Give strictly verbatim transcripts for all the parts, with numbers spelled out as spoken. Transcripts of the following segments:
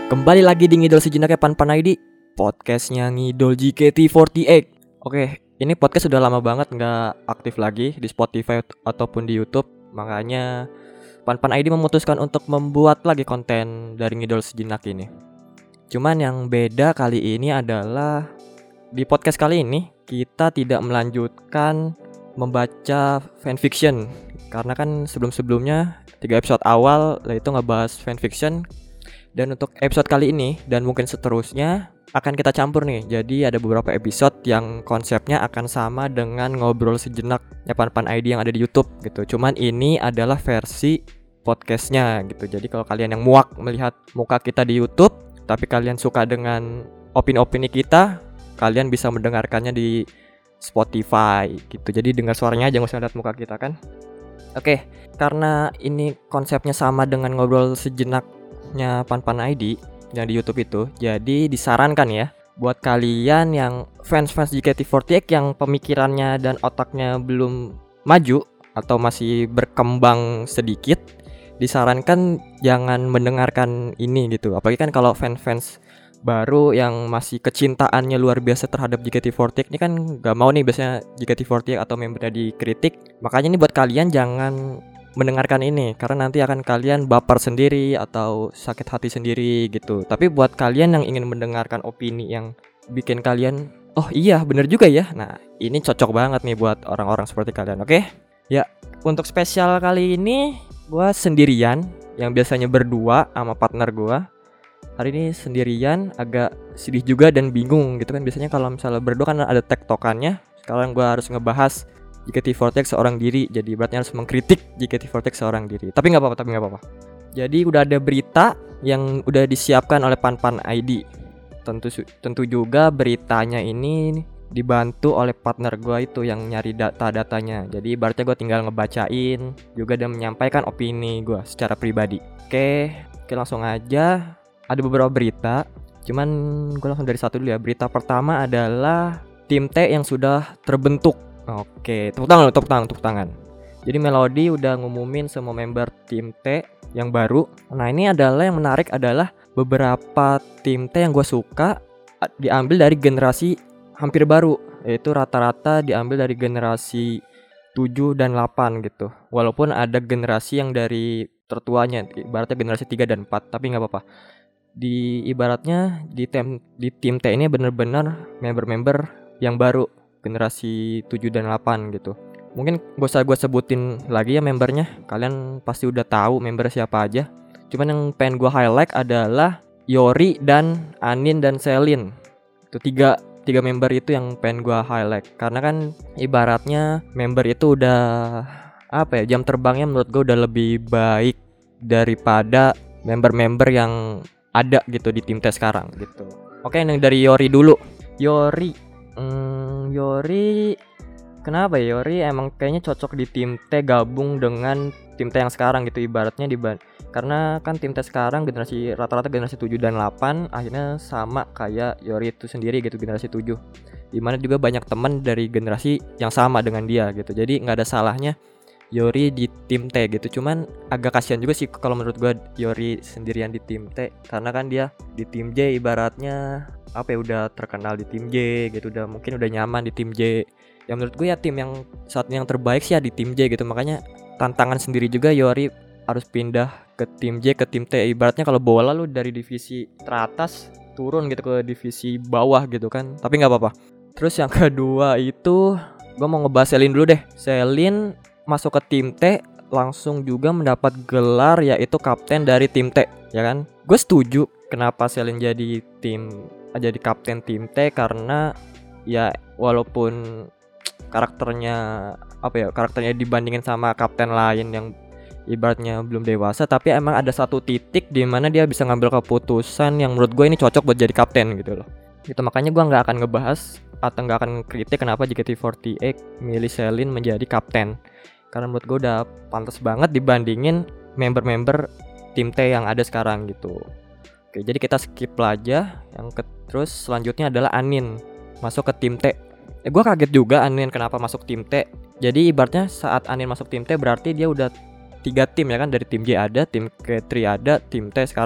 Kembali lagi di Ngidol Sejenak ya Pan-Pan I D, podcastnya Ngidol J K T empat delapan. Oke, ini podcast sudah lama banget gak aktif lagi di Spotify ataupun di YouTube. Makanya Pan-Pan I D memutuskan untuk membuat lagi konten dari Ngidol Sejenak ini. Cuman yang beda kali ini adalah di podcast kali ini kita tidak melanjutkan membaca fanfiction. Karena kan sebelum-sebelumnya tiga episode awal itu ngebahas fanfiction. Dan untuk episode kali ini dan mungkin seterusnya akan kita campur nih. Jadi ada beberapa episode yang konsepnya akan sama dengan ngobrol sejenak ya Pan-Pan I D yang ada di YouTube gitu. Cuman ini adalah versi podcastnya gitu. Jadi kalau kalian yang muak melihat muka kita di YouTube, tapi kalian suka dengan opini-opini kita, kalian bisa mendengarkannya di Spotify gitu. Jadi dengar suaranya aja, nggak usah lihat muka kita kan. Oke, karena ini konsepnya sama dengan ngobrol sejenak nya Pan-Pan I D yang di YouTube itu, jadi disarankan ya buat kalian yang fans-fans J K T empat delapan yang pemikirannya dan otaknya belum maju atau masih berkembang sedikit, disarankan jangan mendengarkan ini gitu. Apalagi kan kalau fans-fans baru yang masih kecintaannya luar biasa terhadap J K T empat delapan ini kan gak mau nih biasanya J K T empat delapan atau membernya dikritik. Makanya ini buat kalian jangan mendengarkan ini karena nanti akan kalian baper sendiri atau sakit hati sendiri gitu. Tapi buat kalian yang ingin mendengarkan opini yang bikin kalian oh iya bener juga ya, nah ini cocok banget nih buat orang-orang seperti kalian. Oke ya, untuk spesial kali ini gue sendirian, yang biasanya berdua sama partner gue. Hari ini sendirian, agak sedih juga dan bingung gitu kan. Biasanya kalau misalnya berdua kan ada tektokannya. Sekarang gue harus ngebahas J K T empat delapan seorang diri, jadi beratnya harus mengkritik J K T empat delapan seorang diri. Tapi nggak apa-apa, tapi nggak apa-apa. Jadi udah ada berita yang udah disiapkan oleh Pan-Pan I D. Tentu tentu juga beritanya ini dibantu oleh partner gue itu yang nyari data-datanya. Jadi ibaratnya gue tinggal ngebacain juga dan menyampaikan opini gue secara pribadi. Oke, oke langsung aja. Ada beberapa berita, cuman gue langsung dari satu dulu ya. Berita pertama adalah tim T yang sudah terbentuk. Oke, tepuk tangan, tepuk tangan, tepuk tangan. Jadi Melody udah ngumumin semua member tim T yang baru. Nah ini adalah yang menarik adalah beberapa tim T yang gue suka diambil dari generasi hampir baru, yaitu rata-rata diambil dari generasi tujuh dan delapan gitu. Walaupun ada generasi yang dari tertuanya, ibaratnya generasi tiga dan empat, tapi gak apa-apa. Di ibaratnya di tim, di tim T ini bener-bener member-member yang baru, generasi tujuh dan delapan gitu. Mungkin gak usah gue sebutin lagi ya membernya, kalian pasti udah tahu member siapa aja. Cuman yang pengen gue highlight adalah Yori dan Anin dan Selin. Itu tiga, tiga member itu yang pengen gue highlight. Karena kan ibaratnya member itu udah apa ya, jam terbangnya menurut gue udah lebih baik daripada member-member yang ada gitu di tim T sekarang gitu. Oke, yang dari Yori dulu. Yori Hmm, Yori kenapa ya? Yori emang kayaknya cocok di tim T gabung dengan tim T yang sekarang gitu ibaratnya diban. Karena kan tim T sekarang generasi rata-rata generasi tujuh dan delapan akhirnya sama kayak Yori itu sendiri gitu, generasi tujuh. Dimana juga banyak teman dari generasi yang sama dengan dia gitu. Jadi enggak ada salahnya Yori di tim T gitu. Cuman agak kasihan juga sih kalau menurut gue Yori sendirian di tim T, karena kan dia di tim J ibaratnya apa ya, udah terkenal di tim J gitu, udah mungkin udah nyaman di tim J. Ya menurut gue ya tim yang saat yang terbaik sih ya di tim J gitu. Makanya tantangan sendiri juga Yori harus pindah ke tim J, ke tim T. Ibaratnya kalau bola lu dari divisi teratas turun gitu ke divisi bawah gitu kan. Tapi nggak apa-apa. Terus yang kedua itu gue mau ngebahas Selin dulu deh. Selin masuk ke tim T langsung juga mendapat gelar yaitu kapten dari tim T, ya kan? Gue setuju kenapa Selin jadi tim jadi kapten tim T, karena ya walaupun karakternya apa ya karakternya dibandingin sama kapten lain yang ibaratnya belum dewasa, tapi emang ada satu titik di mana dia bisa ngambil keputusan yang menurut gue ini cocok buat jadi kapten gitu loh. Gitu makanya gue nggak akan ngebahas atau nggak akan kritik kenapa J K T empat delapan milih Selin menjadi kapten, karena menurut gue udah pantas banget dibandingin member-member tim T yang ada sekarang gitu. Oke, jadi kita skip aja. Yang ke, terus selanjutnya adalah Anin masuk ke tim T. Eh, gue kaget juga Anin kenapa masuk tim T. Jadi ibaratnya saat Anin masuk tim T berarti dia udah tiga tim ya kan, dari tim J ada, tim K tiga ada, tim T sekarang.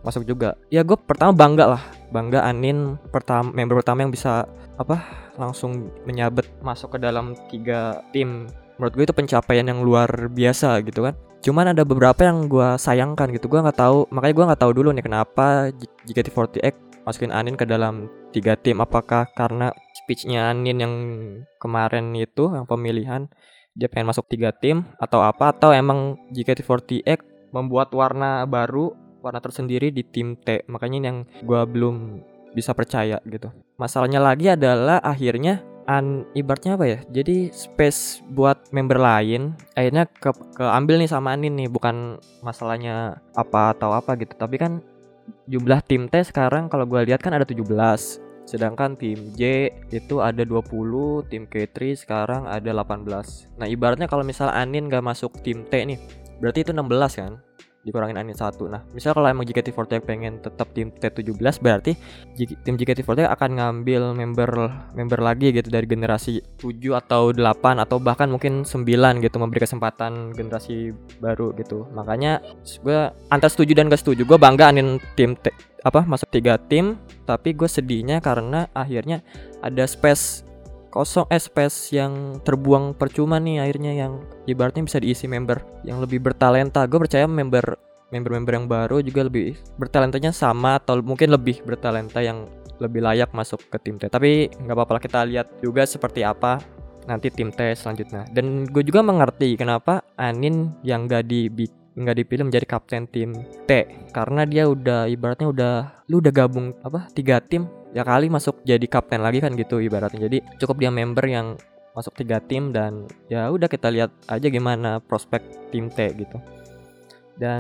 masuk juga. Ya gue pertama bangga lah, bangga Anin pertama member pertama yang bisa apa langsung menyabet masuk ke dalam tiga tim. Menurut gue itu pencapaian yang luar biasa gitu kan. Cuman ada beberapa yang gue sayangkan gitu. Gue nggak tahu, makanya gue nggak tahu dulu nih kenapa J K T empat delapan masukin Anin ke dalam tiga tim. Apakah karena speechnya Anin yang kemarin itu yang pemilihan dia pengen masuk tiga tim atau apa, atau emang J K T empat delapan membuat warna baru, warna tersendiri di tim T. Makanya ini yang gue belum bisa percaya gitu. Masalahnya lagi adalah akhirnya an ibaratnya apa ya? Jadi space buat member lain akhirnya ke keambil nih sama Anin nih, bukan masalahnya apa atau apa gitu. Tapi kan jumlah tim T sekarang kalau gue lihat kan ada tujuh belas. Sedangkan tim J itu ada dua puluh, tim K tiga sekarang ada delapan belas. Nah, ibaratnya kalau misal Anin gak masuk tim T nih, berarti itu enam belas kan, dikurangin Anin satu. Nah, misal kalau emang J K T empat delapan pengen tetap tim T tujuh belas, berarti J- tim J K T empat delapan akan ngambil member member lagi gitu dari generasi tujuh atau delapan atau bahkan mungkin sembilan gitu, memberi kesempatan generasi baru gitu. Makanya gue antara setuju dan gak setuju. Gue bangga Anin tim T, apa masuk tiga tim, tapi gue sedihnya karena akhirnya ada space kosong, eh space yang terbuang percuma nih akhirnya, yang ibaratnya bisa diisi member yang lebih bertalenta. Gue percaya member member-member yang baru juga lebih bertalentanya sama atau mungkin lebih bertalenta yang lebih layak masuk ke tim T. Tapi nggak apa-apa lah, kita lihat juga seperti apa nanti tim T selanjutnya. Dan gue juga mengerti kenapa Anin yang nggak di nggak dipilih menjadi kapten tim T, karena dia udah ibaratnya udah lu udah gabung apa tiga tim, ya kali masuk jadi kapten lagi kan gitu ibaratnya. Jadi cukup dia member yang masuk tiga tim dan ya udah kita lihat aja gimana prospek tim T gitu. Dan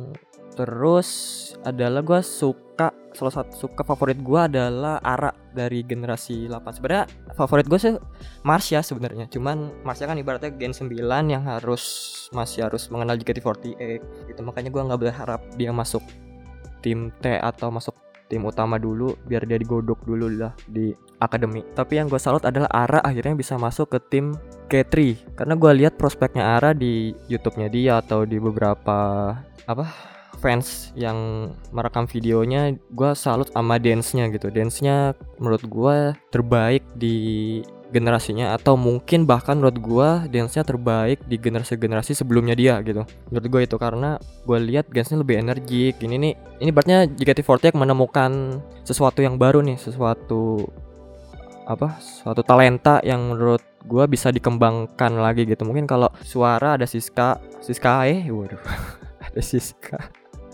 terus adalah gue suka, salah satu suka favorit gue adalah Ara dari generasi delapan. Sebenarnya favorit gue sih Marsha sebenarnya, cuman Marsha kan ibaratnya gen sembilan yang harus masih harus mengenal J K T empat delapan gitu. Makanya gue nggak berharap dia masuk tim T atau masuk tim utama dulu, biar dia digodok dulu lah di akademi. Tapi yang gue salut adalah Ara akhirnya bisa masuk ke tim K tiga, karena gue lihat prospeknya Ara di YouTube-nya dia atau di beberapa apa fans yang merekam videonya. Gue salut sama dance-nya gitu. Dance-nya menurut gue terbaik di generasinya, atau mungkin bahkan menurut gue dance-nya terbaik di generasi-generasi sebelumnya dia gitu. Menurut gue itu karena gue lihat dance-nya lebih energik. Ini nih, ini berarti J K T empat delapan menemukan sesuatu yang baru nih, sesuatu apa, suatu talenta yang menurut gue bisa dikembangkan lagi gitu. Mungkin kalau suara ada Siska, Siska eh, waduh, ada Siska.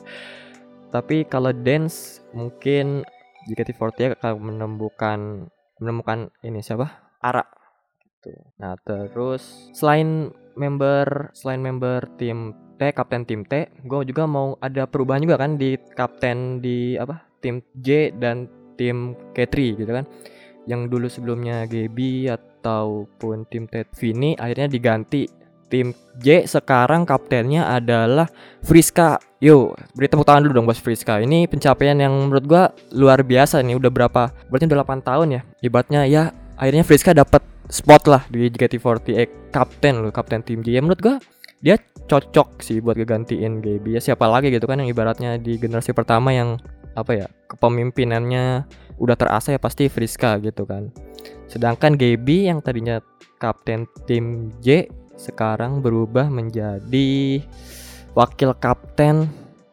Tapi kalau dance mungkin J K T empat delapan akan menemukan menemukan ini siapa? Ara gitu. Nah, terus selain member selain member tim T, kapten tim T, gue juga mau ada perubahan juga kan di kapten di apa? Tim J dan tim K tiga gitu kan. Yang dulu sebelumnya Gaby ataupun tim T Vini akhirnya diganti. Tim J sekarang kaptennya adalah Friska. Yo, beri tepuk tangan dulu dong bos Friska. Ini pencapaian yang menurut gua luar biasa nih. Udah berapa? Berarti udah delapan tahun ya. Ibaratnya ya akhirnya Friska dapat spot lah di J K T empat delapan, kapten loh, kapten tim J. Ya, menurut gua dia cocok sih buat ngegantiin Gaby. Ya siapa lagi gitu kan yang ibaratnya di generasi pertama yang apa ya, kepemimpinannya udah terasa, ya pasti Friska gitu kan. Sedangkan Gaby yang tadinya kapten tim J sekarang berubah menjadi wakil kapten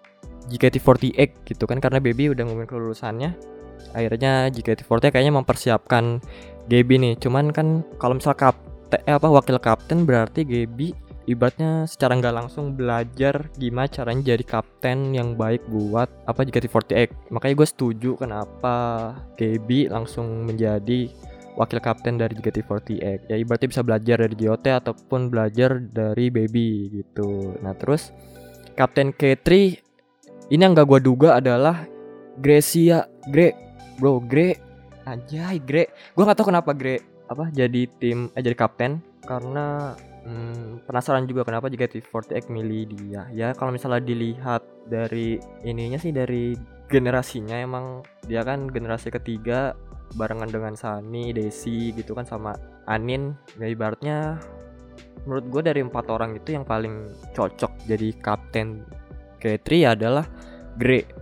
J K T empat delapan gitu kan, karena Baby udah ngumumin kelulusannya. Akhirnya J K T empat delapan kayaknya mempersiapkan Gaby nih. Cuman kan kalau misal kapten eh, apa wakil kapten berarti Gaby ibaratnya secara nggak langsung belajar gimana caranya jadi kapten yang baik buat apa J K T empat delapan. Makanya gue setuju kenapa Gaby langsung menjadi wakil kapten dari J K T empat delapan. Ya ibaratnya bisa belajar dari J O T ataupun belajar dari Baby gitu. Nah, terus kapten K tiga ini yang gak gue duga adalah Gracia. Gre, bro, Gre, anjay Gre. Gue gak tahu kenapa Gre apa jadi tim eh, jadi kapten, karena Hmm, penasaran juga kenapa J K T empat delapan milih dia. Ya kalau misalnya dilihat dari ininya sih, dari generasinya, emang dia kan generasi ketiga barengan dengan Sunny, Desi gitu kan, sama Anin. Ya ibaratnya menurut gue dari empat orang itu yang paling cocok jadi kapten K tiga adalah Gre.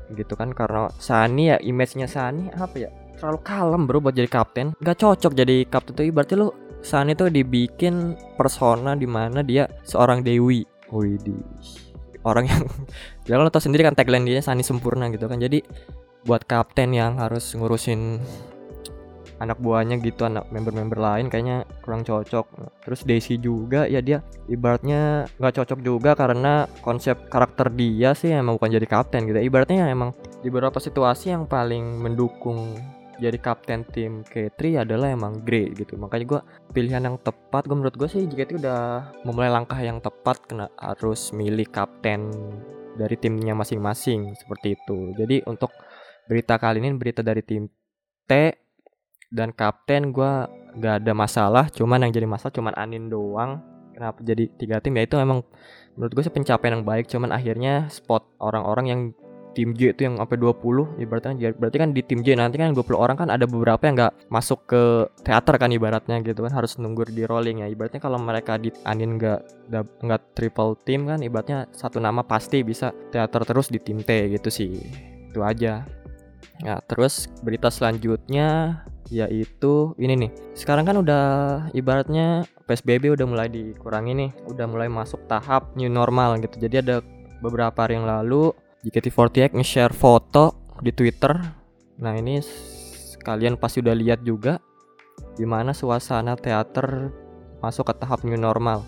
gitu kan, karena Sunny ya image-nya Sunny apa ya, terlalu kalem bro buat jadi kapten, nggak cocok jadi kapten tuh. Berarti lu Sunny tuh dibikin persona di mana dia seorang dewi, widih, orang yang ya lo tau sendiri kan tagline dia Sunny sempurna gitu kan. Jadi buat kapten yang harus ngurusin anak buahnya gitu, anak member-member lain, kayaknya kurang cocok. Terus Daisy juga ya dia ibaratnya nggak cocok juga karena konsep karakter dia sih emang bukan jadi kapten gitu. Ibaratnya emang di beberapa situasi yang paling mendukung jadi kapten tim K tiga adalah emang Grey gitu. Makanya gue pilihan yang tepat, gue menurut gue sih J K T udah memulai langkah yang tepat, kena harus milih kapten dari timnya masing-masing seperti itu. Jadi untuk berita kali ini berita dari tim T dan kapten gue gak ada masalah, cuman yang jadi masalah cuman Anin doang. Kenapa jadi tiga tim ya, itu memang menurut gue sih pencapaian yang baik, cuman akhirnya spot orang-orang yang tim J itu yang sampai dua puluh ibaratnya. Berarti kan di tim J nanti kan dua puluh orang kan ada beberapa yang gak masuk ke teater kan ibaratnya gitu kan, harus nunggu di rolling ya. Ibaratnya kalau mereka di Anin gak gak triple team kan, ibaratnya satu nama pasti bisa teater terus di tim T gitu sih. Itu aja. Nah terus berita selanjutnya yaitu ini nih, sekarang kan udah ibaratnya P S B B udah mulai dikurangi nih, udah mulai masuk tahap new normal gitu. Jadi ada beberapa hari yang lalu J K T empat delapan nge-share foto di Twitter. Nah ini kalian pasti udah lihat juga gimana suasana teater masuk ke tahap new normal,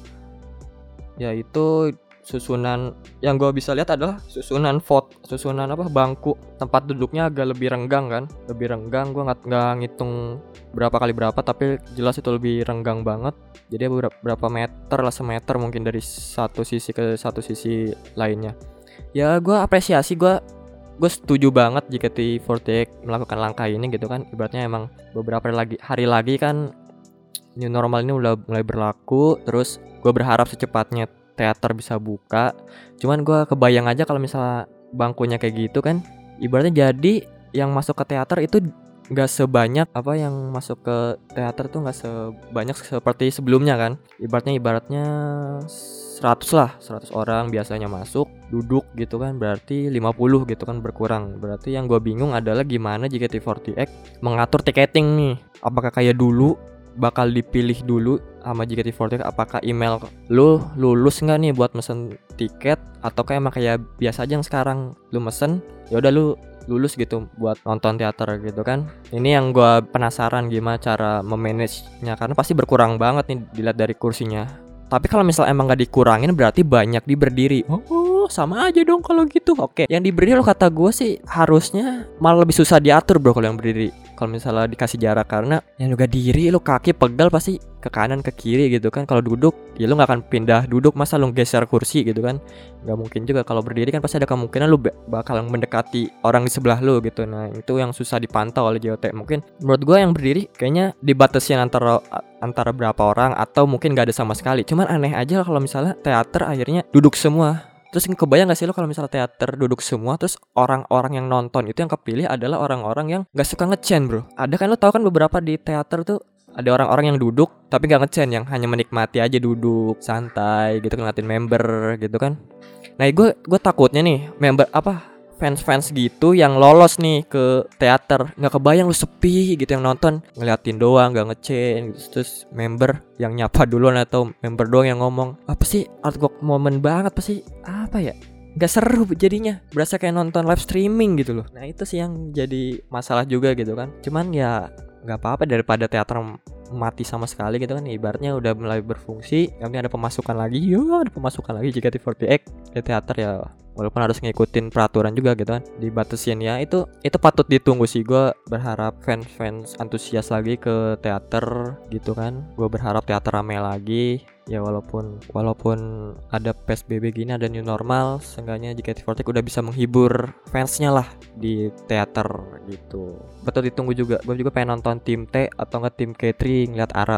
yaitu susunan yang gue bisa lihat adalah susunan foto, susunan apa bangku, tempat duduknya agak lebih renggang kan, lebih renggang. Gue nggak nggak ngitung berapa kali berapa, tapi jelas itu lebih renggang banget. Jadi berapa, berapa meter lah, semeter mungkin dari satu sisi ke satu sisi lainnya. Ya gue apresiasi, gue gue setuju banget J K T empat delapan melakukan langkah ini gitu kan. Ibaratnya emang beberapa hari lagi hari lagi kan new normal ini udah mulai berlaku. Terus gue berharap secepatnya teater bisa buka. Cuman gue kebayang aja kalau misalnya bangkunya kayak gitu kan, ibaratnya jadi yang masuk ke teater itu gak sebanyak apa yang masuk ke teater tuh gak sebanyak seperti sebelumnya kan. Ibaratnya ibaratnya seratus lah, seratus orang biasanya masuk duduk gitu kan, berarti lima puluh gitu kan, berkurang. Berarti yang gue bingung adalah gimana J K T empat delapan mengatur tiketing nih. Apakah kayak dulu bakal dipilih dulu sama J K T empat delapan, apakah email lu lulus nggak nih buat mesen tiket, atau kayak emang kayak biasa aja yang sekarang lu mesen ya udah lu lulus gitu buat nonton teater gitu kan. Ini yang gue penasaran gimana cara memanage-nya, karena pasti berkurang banget nih dilihat dari kursinya. Tapi kalau misalnya emang gak dikurangin berarti banyak di berdiri. Oh sama aja dong kalau gitu. Oke, yang di berdiri lo kata gue sih harusnya malah lebih susah diatur bro kalau yang berdiri. Kalau misalnya dikasih jarak, karena yang juga diri lo kaki pegal pasti ke kanan ke kiri gitu kan. Kalau duduk ya lo gak akan pindah duduk, masa lo geser kursi gitu kan, gak mungkin juga. Kalau berdiri kan pasti ada kemungkinan lo bakal mendekati orang di sebelah lo gitu. Nah itu yang susah dipantau oleh J O T. Mungkin menurut gue yang berdiri kayaknya dibatasin antara antara berapa orang, atau mungkin gak ada sama sekali. Cuman aneh aja kalau misalnya teater akhirnya duduk semua. Terus kebayang gak sih lo kalau misalnya teater duduk semua, terus orang-orang yang nonton itu yang kepilih adalah orang-orang yang gak suka ngecen bro. Ada kan, lo tau kan beberapa di teater tuh ada orang-orang yang duduk tapi gak ngecen, yang hanya menikmati aja duduk santai gitu, ngeliatin member gitu kan. Nah gue gue takutnya nih member apa fans-fans gitu yang lolos nih ke teater, nggak kebayang lu sepi gitu yang nonton, ngeliatin doang nggak ngecen gitu. Terus member yang nyapa duluan atau member doang yang ngomong, apa sih artwork moment banget, pasti apa ya, nggak seru jadinya, berasa kayak nonton live streaming gitu loh. Nah itu sih yang jadi masalah juga gitu kan. Cuman ya nggak apa-apa daripada teater mati sama sekali gitu kan. Ibaratnya udah mulai berfungsi, yang penting ada pemasukan lagi. Yo ada pemasukan lagi J K T empat delapan di teater ya, walaupun harus ngikutin peraturan juga gitu kan, dibatasin ya. Itu itu patut ditunggu sih. Gue berharap fans-fans antusias lagi ke teater gitu kan. Gue berharap teater rame lagi. Ya walaupun walaupun ada P S B B gini, ada new normal, seenggaknya J K T empat delapan udah bisa menghibur fansnya lah di teater gitu. Betul ditunggu juga. Gue juga pengen nonton tim T atau nggak tim K tiga, ngeliat Ara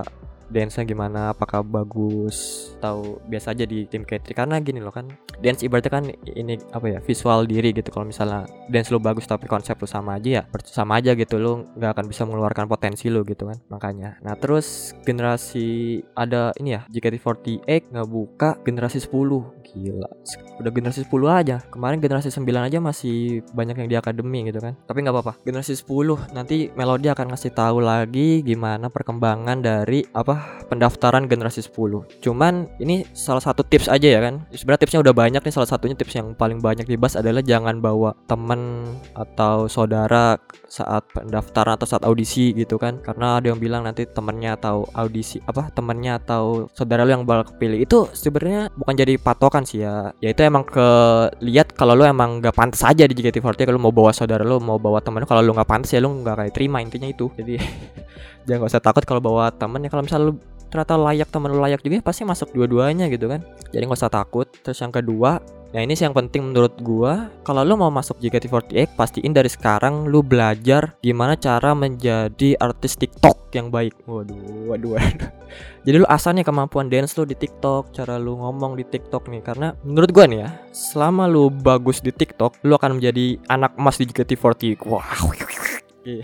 dance-nya gimana, apakah bagus atau biasa aja di tim K tiga. Karena gini loh kan, dance ibaratnya kan ini apa ya, visual diri gitu. Kalau misalnya dance lu bagus tapi konsep lu sama aja ya sama aja gitu, lu nggak akan bisa mengeluarkan potensi lu gitu kan. Makanya nah terus generasi ada ini ya, J K T empat delapan ngebuka generasi sepuluh. Gila, udah generasi sepuluh aja. Kemarin generasi sembilan aja masih banyak yang di akademi gitu kan. Tapi gak apa-apa, generasi sepuluh nanti Melody akan ngasih tahu lagi gimana perkembangan dari apa pendaftaran generasi sepuluh. Cuman ini salah satu tips aja ya kan. Sebenarnya tipsnya udah banyak nih, salah satunya tips yang paling banyak dibahas adalah jangan bawa temen atau saudara saat pendaftaran atau saat audisi gitu kan. Karena ada yang bilang nanti temennya atau audisi apa temennya atau saudara lu yang bakal kepilih. Itu sebenarnya bukan jadi patokan sih ya. Ya itu emang ke lihat kalau lu emang gak pantas aja di J K T empat delapan. Kalau lu mau bawa saudara lu, mau bawa temen lu, kalau lu gak pantas ya lu gak kayak terima, intinya itu. Jadi jangan gak usah takut kalau bawa temen ya. Kalau misalnya lu ternyata layak, temen lu layak juga ya pasti masuk dua-duanya gitu kan. Jadi gak usah takut. Terus yang kedua, nah ini sih yang penting menurut gua, kalau lu mau masuk J K T empat delapan, pastiin dari sekarang lu belajar gimana cara menjadi artis TikTok yang baik. Waduh, waduh, waduh. Jadi lu asal nih kemampuan dance lu di TikTok, cara lu ngomong di TikTok nih. Karena menurut gua nih ya, selama lu bagus di TikTok, lu akan menjadi anak emas di J K T empat delapan. Wow. Iya.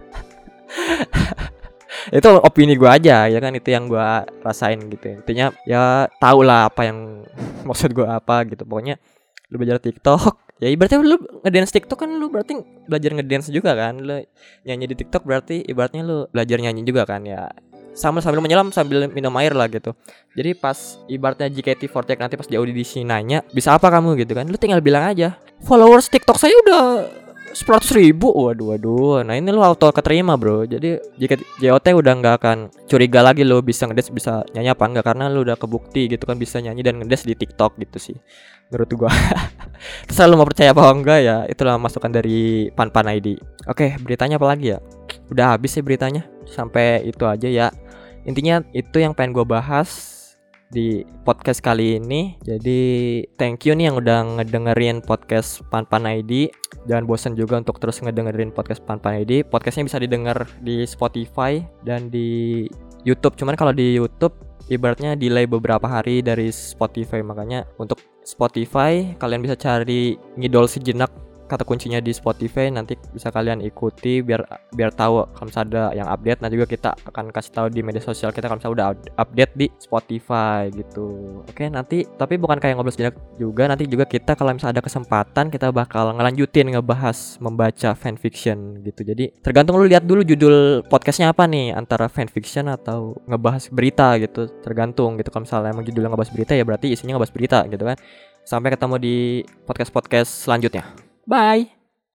Itu opini gue aja ya kan, itu yang gue rasain gitu. Intinya ya tau lah apa yang maksud gue apa gitu. Pokoknya lu belajar TikTok ya ibaratnya lu ngedance TikTok kan, lu berarti belajar ngedance juga kan. Lu nyanyi di TikTok berarti ibaratnya lu belajar nyanyi juga kan ya. Sama sambil menyelam sambil minum air lah gitu. Jadi pas ibaratnya J K T empat delapan nanti pas di audisi nanya bisa apa kamu gitu kan, lu tinggal bilang aja followers TikTok saya udah seratus ribu. Waduh waduh. Nah ini lu auto keterima bro. Jadi jika J O T udah gak akan curiga lagi lu bisa ngedance, bisa nyanyi apa enggak. Karena lu udah kebukti gitu kan bisa nyanyi dan ngedance di TikTok gitu sih menurut gua. Terus lu mau percaya apa enggak ya, itulah masukan dari Panpan I D. Oke, beritanya apa lagi ya? Udah habis sih beritanya. Sampai itu aja ya. Intinya itu yang pengen gua bahas di podcast kali ini. Jadi thank you nih yang udah ngedengerin podcast Panpan I D. Jangan bosan juga untuk terus ngedengerin podcast Panpan I D. Podcastnya bisa didengar di Spotify dan di YouTube. Cuman kalau di YouTube ibaratnya delay beberapa hari dari Spotify. Makanya untuk Spotify kalian bisa cari Ngidol Sejenak kata kuncinya di Spotify, nanti bisa kalian ikuti biar biar tahu kalau misalnya ada yang update. Nah juga kita akan kasih tahu di media sosial kita kalau misalnya udah update di Spotify gitu. Oke, nanti tapi bukan kayak ngobrol sejenak juga, nanti juga kita kalau misalnya ada kesempatan kita bakal ngelanjutin ngebahas membaca fanfiction gitu. Jadi tergantung lu lihat dulu judul podcastnya apa nih, antara fanfiction atau ngebahas berita gitu, tergantung gitu. Kalau misalnya emang judulnya ngebahas berita ya berarti isinya ngebahas berita gitu kan. Sampai ketemu di podcast-podcast selanjutnya. Bye.